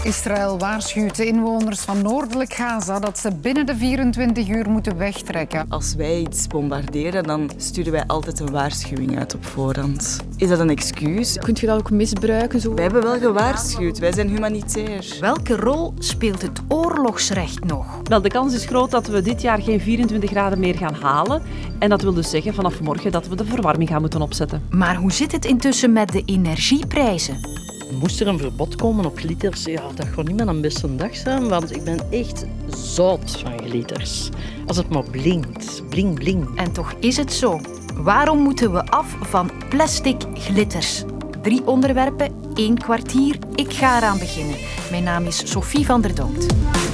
Israël waarschuwt de inwoners van noordelijk Gaza dat ze binnen de 24 uur moeten wegtrekken. Als wij iets bombarderen, dan sturen wij altijd een waarschuwing uit op voorhand. Is dat een excuus? Kunt je dat ook misbruiken? Zo? Wij hebben wel gewaarschuwd, wij zijn humanitair. Welke rol speelt het oorlogsrecht nog? Wel, de kans is groot dat we dit jaar geen 24 graden meer gaan halen. En dat wil dus zeggen vanaf morgen dat we de verwarming gaan moeten opzetten. Maar hoe zit het intussen met de energieprijzen? Moest er een verbod komen op glitters, ja, dat gaat niet mijn beste dag zijn, want ik ben echt zout van glitters. Als het maar blinkt, bling bling. En toch is het zo. Waarom moeten we af van plastic glitters? 3 onderwerpen, 1 kwartier. Ik ga eraan beginnen. Mijn naam is Sophie van der Dood.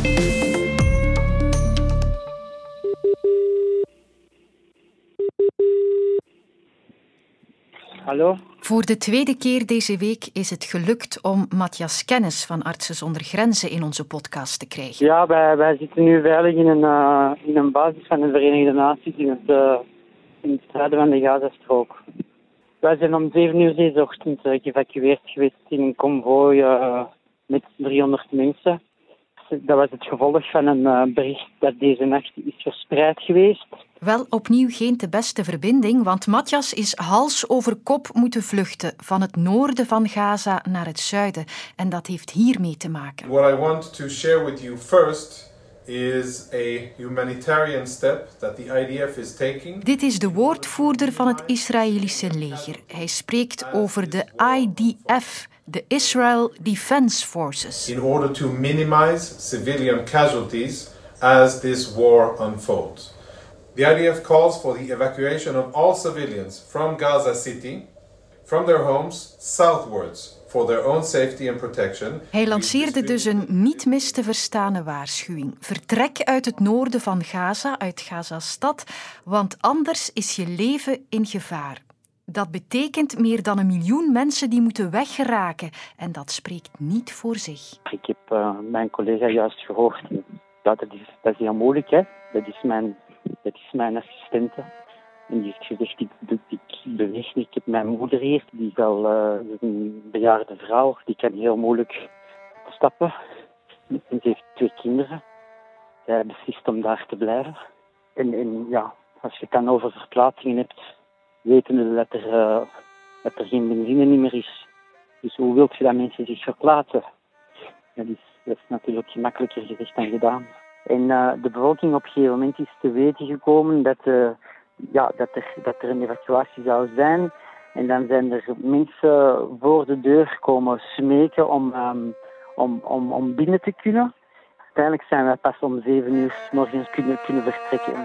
Hallo? Voor de tweede keer deze week is het gelukt om Matthias Kennis van Artsen zonder Grenzen in onze podcast te krijgen. Ja, wij zitten nu veilig in een basis van de Verenigde Naties in het zuiden van de Gazastrook. Wij zijn om 7 uur deze ochtend geëvacueerd geweest in een konvooi met 300 mensen. Dat was het gevolg van een bericht dat deze nacht is verspreid geweest. Wel opnieuw geen te beste verbinding, want Matthias is hals over kop moeten vluchten van het noorden van Gaza naar het zuiden. En dat heeft hiermee te maken. What I want to share with you first is a humanitarian step that the IDF is taking. Dit is de woordvoerder van het Israëlische leger. Hij spreekt over de IDF, de Israel Defense Forces. In order to minimize civilian casualties as this war unfolds. The IDF calls for the evacuation of all civilians from Gaza City, from their homes southwards, for their own safety and protection. Hij lanceerde dus een niet mis te verstane waarschuwing. Vertrek uit het noorden van Gaza, uit Gaza-stad, want anders is je leven in gevaar. Dat betekent meer dan 1 miljoen mensen die moeten weggeraken. En dat spreekt niet voor zich. Ik heb mijn collega juist gehoord. Ja, dat is heel moeilijk, hè. Dat is mijn assistente. En die heeft gezegd, ik beweeg niet. Ik heb mijn moeder hier, die is al een bejaarde vrouw. Die kan heel moeilijk stappen. En ze heeft 2 kinderen. Zij beslist om daar te blijven. En ja, als je het dan over verplaatsingen hebt, wetende dat er geen benzine meer is. Dus hoe wilt je dat mensen zich verplaatsen? Dat is natuurlijk gemakkelijker gezegd dan gedaan. En de bevolking op een gegeven moment is te weten gekomen dat er een evacuatie zou zijn. En dan zijn er mensen voor de deur komen smeken om binnen te kunnen. Uiteindelijk zijn wij pas om 7 uur 's morgens kunnen vertrekken.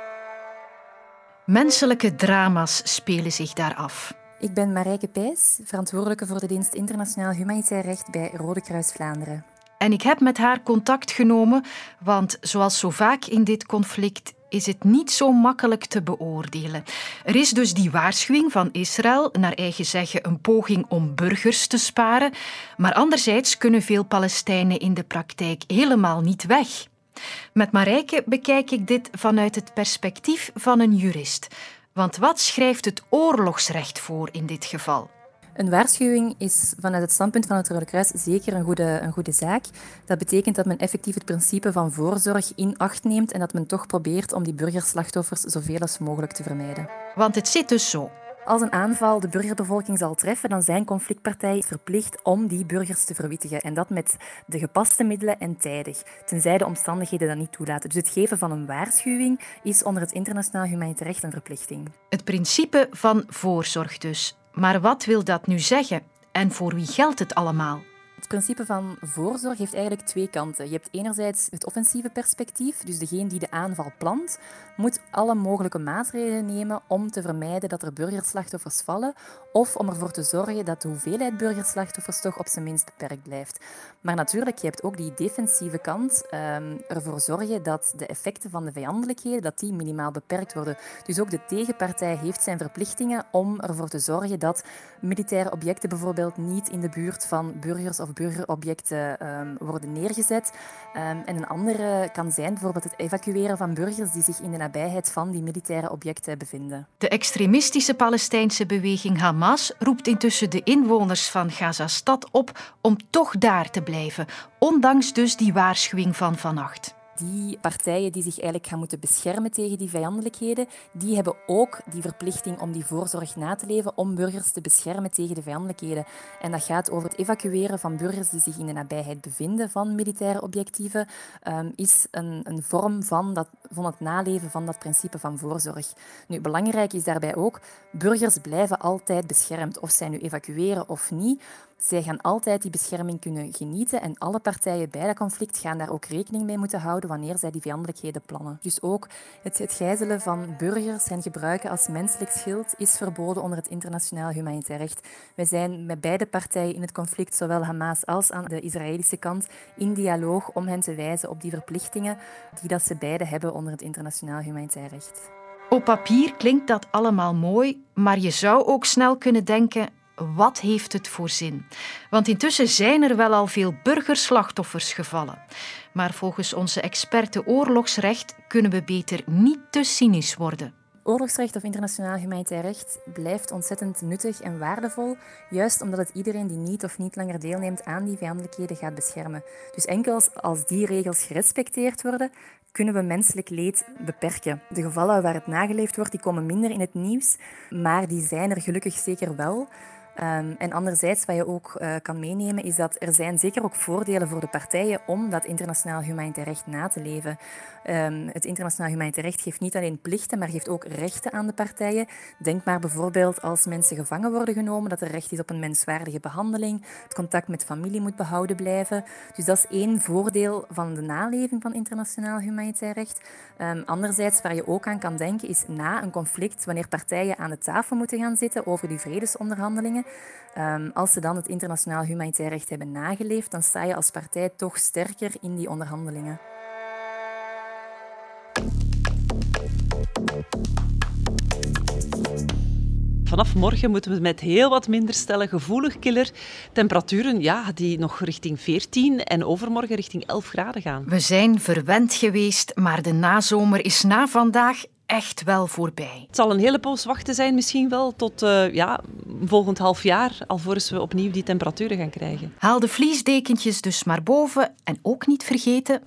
Menselijke drama's spelen zich daar af. Ik ben Marijke Pijs, verantwoordelijke voor de dienst Internationaal Humanitair Recht bij Rode Kruis Vlaanderen. En ik heb met haar contact genomen, want zoals zo vaak in dit conflict is het niet zo makkelijk te beoordelen. Er is dus die waarschuwing van Israël, naar eigen zeggen een poging om burgers te sparen, maar anderzijds kunnen veel Palestijnen in de praktijk helemaal niet weg. Met Marijke bekijk ik dit vanuit het perspectief van een jurist. Want wat schrijft het oorlogsrecht voor in dit geval? Een waarschuwing is vanuit het standpunt van het Rode Kruis zeker een goede zaak. Dat betekent dat men effectief het principe van voorzorg in acht neemt en dat men toch probeert om die burgerslachtoffers zoveel als mogelijk te vermijden. Want het zit dus zo. Als een aanval de burgerbevolking zal treffen, dan zijn conflictpartijen verplicht om die burgers te verwittigen. En dat met de gepaste middelen en tijdig, tenzij de omstandigheden dat niet toelaten. Dus het geven van een waarschuwing is onder het internationaal humanitair recht een verplichting. Het principe van voorzorg dus. Maar wat wil dat nu zeggen? En voor wie geldt het allemaal? Het principe van voorzorg heeft eigenlijk 2 kanten. Je hebt enerzijds het offensieve perspectief, dus degene die de aanval plant, moet alle mogelijke maatregelen nemen om te vermijden dat er burgerslachtoffers vallen of om ervoor te zorgen dat de hoeveelheid burgerslachtoffers toch op zijn minst beperkt blijft. Maar natuurlijk, je hebt ook die defensieve kant, ervoor zorgen dat de effecten van de vijandelijkheden dat die minimaal beperkt worden. Dus ook de tegenpartij heeft zijn verplichtingen om ervoor te zorgen dat militaire objecten bijvoorbeeld niet in de buurt van burgers of burgerobjecten worden neergezet. En een andere kan zijn bijvoorbeeld het evacueren van burgers die zich in de nabijheid van die militaire objecten bevinden. De extremistische Palestijnse beweging Hamas roept intussen de inwoners van Gaza-stad op om toch daar te blijven, ondanks dus die waarschuwing van vannacht. Die partijen die zich eigenlijk gaan moeten beschermen tegen die vijandelijkheden, die hebben ook die verplichting om die voorzorg na te leven om burgers te beschermen tegen de vijandelijkheden. En dat gaat over het evacueren van burgers die zich in de nabijheid bevinden van militaire objectieven, is een vorm van het naleven van dat principe van voorzorg. Nu, belangrijk is daarbij ook, burgers blijven altijd beschermd, of zij nu evacueren of niet. Zij gaan altijd die bescherming kunnen genieten en alle partijen bij dat conflict gaan daar ook rekening mee moeten houden wanneer zij die vijandelijkheden plannen. Dus ook het gijzelen van burgers en gebruiken als menselijk schild is verboden onder het internationaal humanitair recht. Wij zijn met beide partijen in het conflict, zowel Hamas als aan de Israëlische kant, in dialoog om hen te wijzen op die verplichtingen die dat ze beide hebben onder het internationaal humanitair recht. Op papier klinkt dat allemaal mooi, maar je zou ook snel kunnen denken: wat heeft het voor zin? Want intussen zijn er wel al veel burgerslachtoffers gevallen. Maar volgens onze experten oorlogsrecht kunnen we beter niet te cynisch worden. Oorlogsrecht of internationaal humanitair recht blijft ontzettend nuttig en waardevol, juist omdat het iedereen die niet of niet langer deelneemt aan die vijandelijkheden gaat beschermen. Dus enkel als die regels gerespecteerd worden, kunnen we menselijk leed beperken. De gevallen waar het nageleefd wordt, die komen minder in het nieuws, maar die zijn er gelukkig zeker wel. En anderzijds, wat je ook kan meenemen, is dat er zijn zeker ook voordelen voor de partijen om dat internationaal humanitair recht na te leven. Het internationaal humanitair recht geeft niet alleen plichten, maar geeft ook rechten aan de partijen. Denk maar bijvoorbeeld als mensen gevangen worden genomen, dat er recht is op een menswaardige behandeling, het contact met familie moet behouden blijven. Dus dat is één voordeel van de naleving van internationaal humanitair recht. Anderzijds, waar je ook aan kan denken, is na een conflict, wanneer partijen aan de tafel moeten gaan zitten over die vredesonderhandelingen, als ze dan het internationaal humanitair recht hebben nageleefd, dan sta je als partij toch sterker in die onderhandelingen. Vanaf morgen moeten we met heel wat minder stellen gevoelig killer temperaturen die nog richting 14 en overmorgen richting 11 graden gaan. We zijn verwend geweest, maar de nazomer is na vandaag echt wel voorbij. Het zal een hele poos wachten zijn, misschien wel tot volgend half jaar, alvorens we opnieuw die temperaturen gaan krijgen. Haal de vliesdekentjes dus maar boven en ook niet vergeten.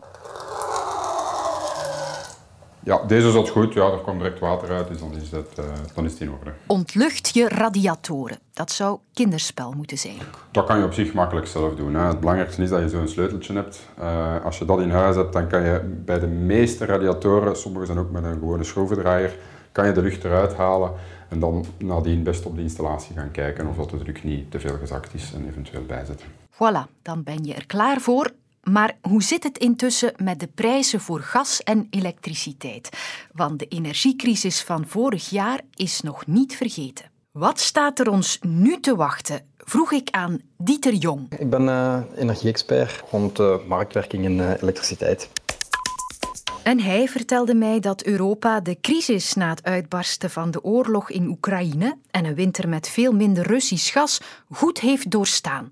Ja, deze zat goed. Ja, er kwam direct water uit, dus dan is het in orde. Ontlucht je radiatoren. Dat zou kinderspel moeten zijn. Dat kan je op zich makkelijk zelf doen. Hè. Het belangrijkste is dat je zo'n sleuteltje hebt. Als je dat in huis hebt, dan kan je bij de meeste radiatoren, sommige zijn ook met een gewone schroevendraaier, kan je de lucht eruit halen en dan nadien best op de installatie gaan kijken of dat de druk niet te veel gezakt is en eventueel bijzetten. Voilà, dan ben je er klaar voor. Maar hoe zit het intussen met de prijzen voor gas en elektriciteit? Want de energiecrisis van vorig jaar is nog niet vergeten. Wat staat er ons nu te wachten? Vroeg ik aan Dieter Jong. Ik ben energie-expert rond marktwerking en elektriciteit. En hij vertelde mij dat Europa de crisis na het uitbarsten van de oorlog in Oekraïne en een winter met veel minder Russisch gas goed heeft doorstaan.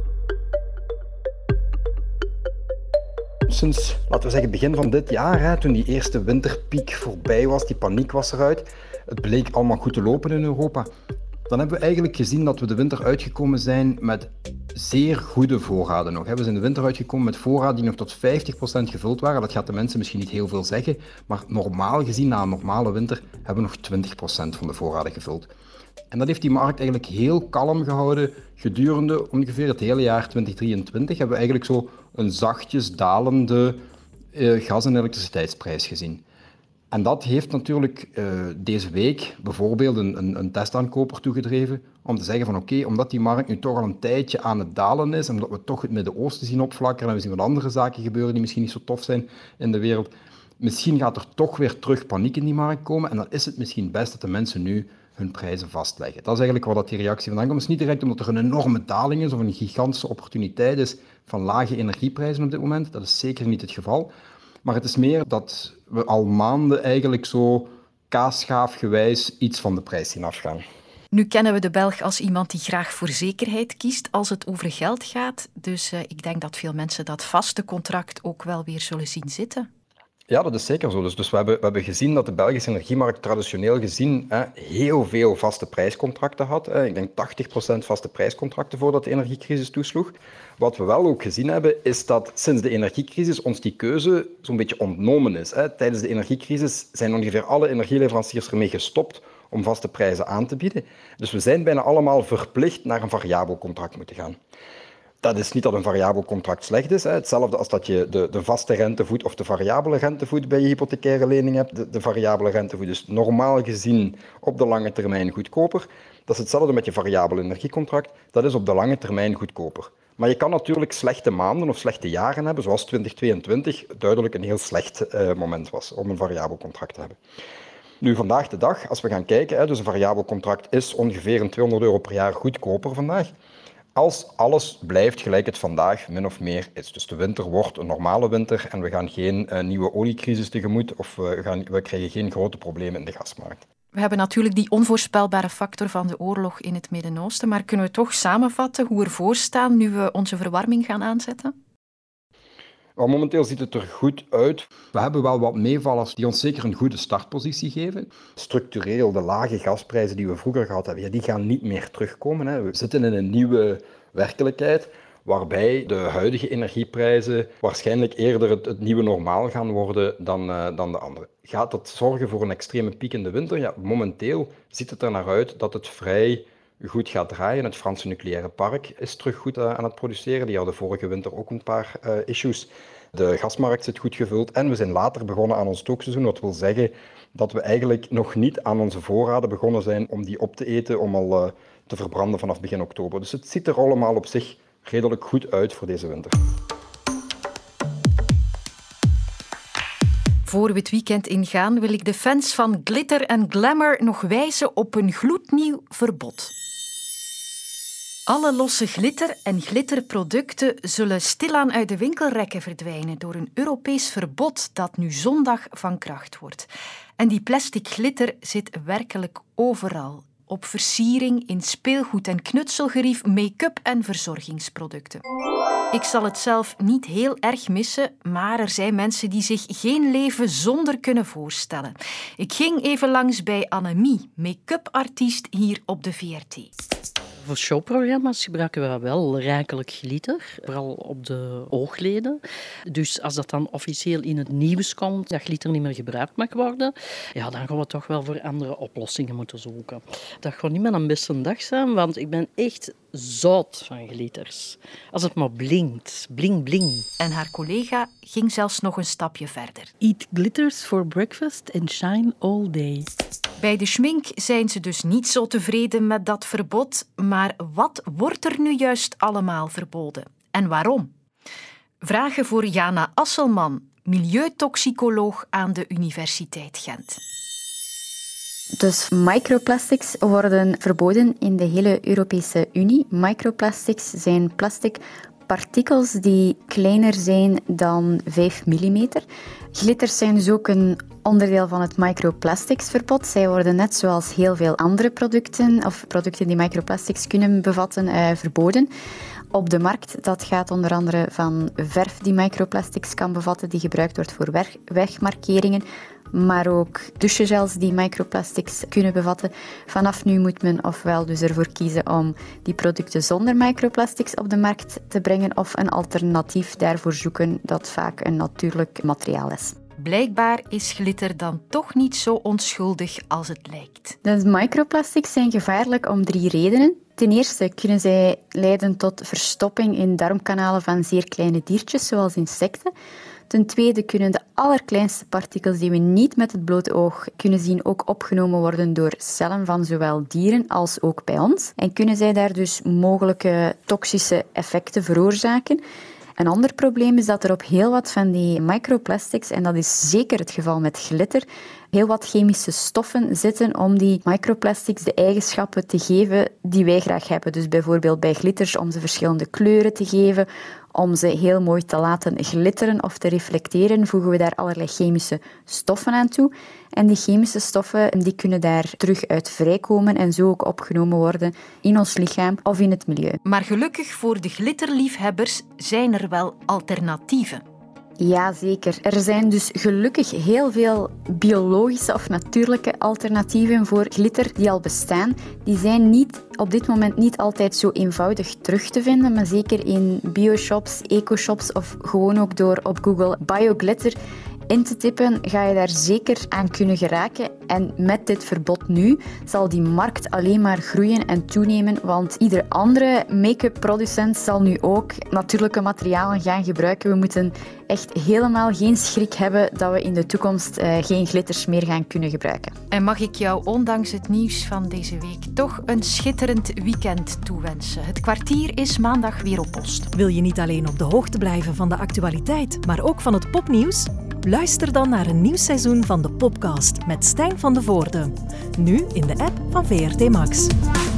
Sinds, laten we zeggen, begin van dit jaar, toen die eerste winterpiek voorbij was, die paniek was eruit, het bleek allemaal goed te lopen in Europa. Dan hebben we eigenlijk gezien dat we de winter uitgekomen zijn met zeer goede voorraden nog. We zijn de winter uitgekomen met voorraden die nog tot 50% gevuld waren. Dat gaat de mensen misschien niet heel veel zeggen, maar normaal gezien, na een normale winter, hebben we nog 20% van de voorraden gevuld. En dat heeft die markt eigenlijk heel kalm gehouden gedurende ongeveer het hele jaar 2023. Hebben we eigenlijk zo een zachtjes dalende gas- en elektriciteitsprijs gezien. En dat heeft natuurlijk deze week bijvoorbeeld een testaankoper toegedreven om te zeggen van oké, omdat die markt nu toch al een tijdje aan het dalen is, omdat we toch het Midden-Oosten zien opflakkeren en we zien wat andere zaken gebeuren die misschien niet zo tof zijn in de wereld, misschien gaat er toch weer terug paniek in die markt komen en dan is het misschien best dat de mensen nu hun prijzen vastleggen. Dat is eigenlijk waar die reactie vandaan komt. Het is niet direct omdat er een enorme daling is of een gigantische opportuniteit is van lage energieprijzen op dit moment. Dat is zeker niet het geval. Maar het is meer dat we al maanden eigenlijk zo kaasschaafgewijs iets van de prijs zien afgaan. Nu kennen we de Belg als iemand die graag voor zekerheid kiest als het over geld gaat. Dus ik denk dat veel mensen dat vaste contract ook wel weer zullen zien zitten. Ja, dat is zeker zo. Dus we hebben gezien dat de Belgische energiemarkt traditioneel gezien heel veel vaste prijscontracten had. Ik denk 80% vaste prijscontracten voordat de energiecrisis toesloeg. Wat we wel ook gezien hebben, is dat sinds de energiecrisis ons die keuze zo'n beetje ontnomen is. Tijdens de energiecrisis zijn ongeveer alle energieleveranciers ermee gestopt om vaste prijzen aan te bieden. Dus we zijn bijna allemaal verplicht naar een variabel contract moeten gaan. Dat is niet dat een variabel contract slecht is. Hetzelfde als dat je de vaste rentevoet of de variabele rentevoet bij je hypothecaire lening hebt. De variabele rentevoet is normaal gezien op de lange termijn goedkoper. Dat is hetzelfde met je variabele energiecontract. Dat is op de lange termijn goedkoper. Maar je kan natuurlijk slechte maanden of slechte jaren hebben, zoals 2022 duidelijk een heel slecht moment was om een variabel contract te hebben. Nu, vandaag de dag, als we gaan kijken, dus een variabel contract is ongeveer €200 per jaar goedkoper vandaag. Als alles blijft gelijk het vandaag min of meer is. Dus de winter wordt een normale winter en we gaan geen nieuwe oliecrisis tegemoet of we krijgen geen grote problemen in de gasmarkt. We hebben natuurlijk die onvoorspelbare factor van de oorlog in het Midden-Oosten, maar kunnen we toch samenvatten hoe we ervoor staan nu we onze verwarming gaan aanzetten? Wel, momenteel ziet het er goed uit. We hebben wel wat meevallers die ons zeker een goede startpositie geven. Structureel, de lage gasprijzen die we vroeger gehad hebben, die gaan niet meer terugkomen. We zitten in een nieuwe werkelijkheid waarbij de huidige energieprijzen waarschijnlijk eerder het nieuwe normaal gaan worden dan de andere. Gaat dat zorgen voor een extreme piek in de winter? Ja, momenteel ziet het er naar uit dat het vrij goed gaat draaien. Het Franse nucleaire park is terug goed aan het produceren. Die hadden vorige winter ook een paar issues. De gasmarkt zit goed gevuld en we zijn later begonnen aan ons stookseizoen. Wat wil zeggen dat we eigenlijk nog niet aan onze voorraden begonnen zijn om die op te eten, om al te verbranden vanaf begin oktober. Dus het ziet er allemaal op zich redelijk goed uit voor deze winter. Voor we het weekend ingaan wil ik de fans van glitter en glamour nog wijzen op een gloednieuw verbod. Alle losse glitter en glitterproducten zullen stilaan uit de winkelrekken verdwijnen door een Europees verbod dat nu zondag van kracht wordt. En die plastic glitter zit werkelijk overal. Op versiering, in speelgoed en knutselgerief, make-up en verzorgingsproducten. Ik zal het zelf niet heel erg missen, maar er zijn mensen die zich geen leven zonder kunnen voorstellen. Ik ging even langs bij Annemie, make-up-artiest hier op de VRT. Voor showprogramma's gebruiken we wel rijkelijk glitter, vooral op de oogleden. Dus als dat dan officieel in het nieuws komt, dat glitter niet meer gebruikt mag worden, ja, dan gaan we toch wel voor andere oplossingen moeten zoeken. Dat gaat niet meer een beste dag zijn, want ik ben echt zout van glitters. Als het maar blinkt, bling bling. En haar collega ging zelfs nog een stapje verder. Eat glitters for breakfast and shine all day. Bij de schmink zijn ze dus niet zo tevreden met dat verbod, maar wat wordt er nu juist allemaal verboden? En waarom? Vragen voor Jana Asselman, milieutoxicoloog aan de Universiteit Gent. Dus microplastics worden verboden in de hele Europese Unie. Microplastics zijn plastic partikels die kleiner zijn dan 5 mm. Glitters zijn dus ook een onderdeel van het microplasticsverbod. Zij worden net zoals heel veel andere producten of producten die microplastics kunnen bevatten, verboden. Op de markt, dat gaat onder andere van verf die microplastics kan bevatten, die gebruikt wordt voor wegmarkeringen, maar ook douchegels die microplastics kunnen bevatten. Vanaf nu moet men ofwel dus ervoor kiezen om die producten zonder microplastics op de markt te brengen of een alternatief daarvoor zoeken dat vaak een natuurlijk materiaal is. Blijkbaar is glitter dan toch niet zo onschuldig als het lijkt. De microplastics zijn gevaarlijk om 3 redenen. Ten eerste kunnen zij leiden tot verstopping in darmkanalen van zeer kleine diertjes, zoals insecten. Ten tweede kunnen de allerkleinste partikels die we niet met het blote oog kunnen zien ook opgenomen worden door cellen van zowel dieren als ook bij ons. En kunnen zij daar dus mogelijke toxische effecten veroorzaken. Een ander probleem is dat er op heel wat van die microplastics, en dat is zeker het geval met glitter, heel wat chemische stoffen zitten om die microplastics de eigenschappen te geven die wij graag hebben. Dus bijvoorbeeld bij glitters om ze verschillende kleuren te geven Om ze heel mooi te laten glitteren of te reflecteren, voegen we daar allerlei chemische stoffen aan toe. En die chemische stoffen die kunnen daar terug uit vrijkomen en zo ook opgenomen worden in ons lichaam of in het milieu. Maar gelukkig voor de glitterliefhebbers zijn er wel alternatieven. Ja, zeker. Er zijn dus gelukkig heel veel biologische of natuurlijke alternatieven voor glitter die al bestaan. Die zijn op dit moment niet altijd zo eenvoudig terug te vinden, maar zeker in bioshops, eco-shops of gewoon ook door op Google bioglitter in te tippen, ga je daar zeker aan kunnen geraken. En met dit verbod nu zal die markt alleen maar groeien en toenemen, want ieder andere make-up producent zal nu ook natuurlijke materialen gaan gebruiken. We moeten echt helemaal geen schrik hebben dat we in de toekomst geen glitters meer gaan kunnen gebruiken. En mag ik jou, ondanks het nieuws van deze week, toch een schitterend weekend toewensen. Het kwartier is maandag weer op post. Wil je niet alleen op de hoogte blijven van de actualiteit, maar ook van het popnieuws? Luister dan naar een nieuw seizoen van de Popcast met Stijn van de Voorde. Nu in de app van VRT Max.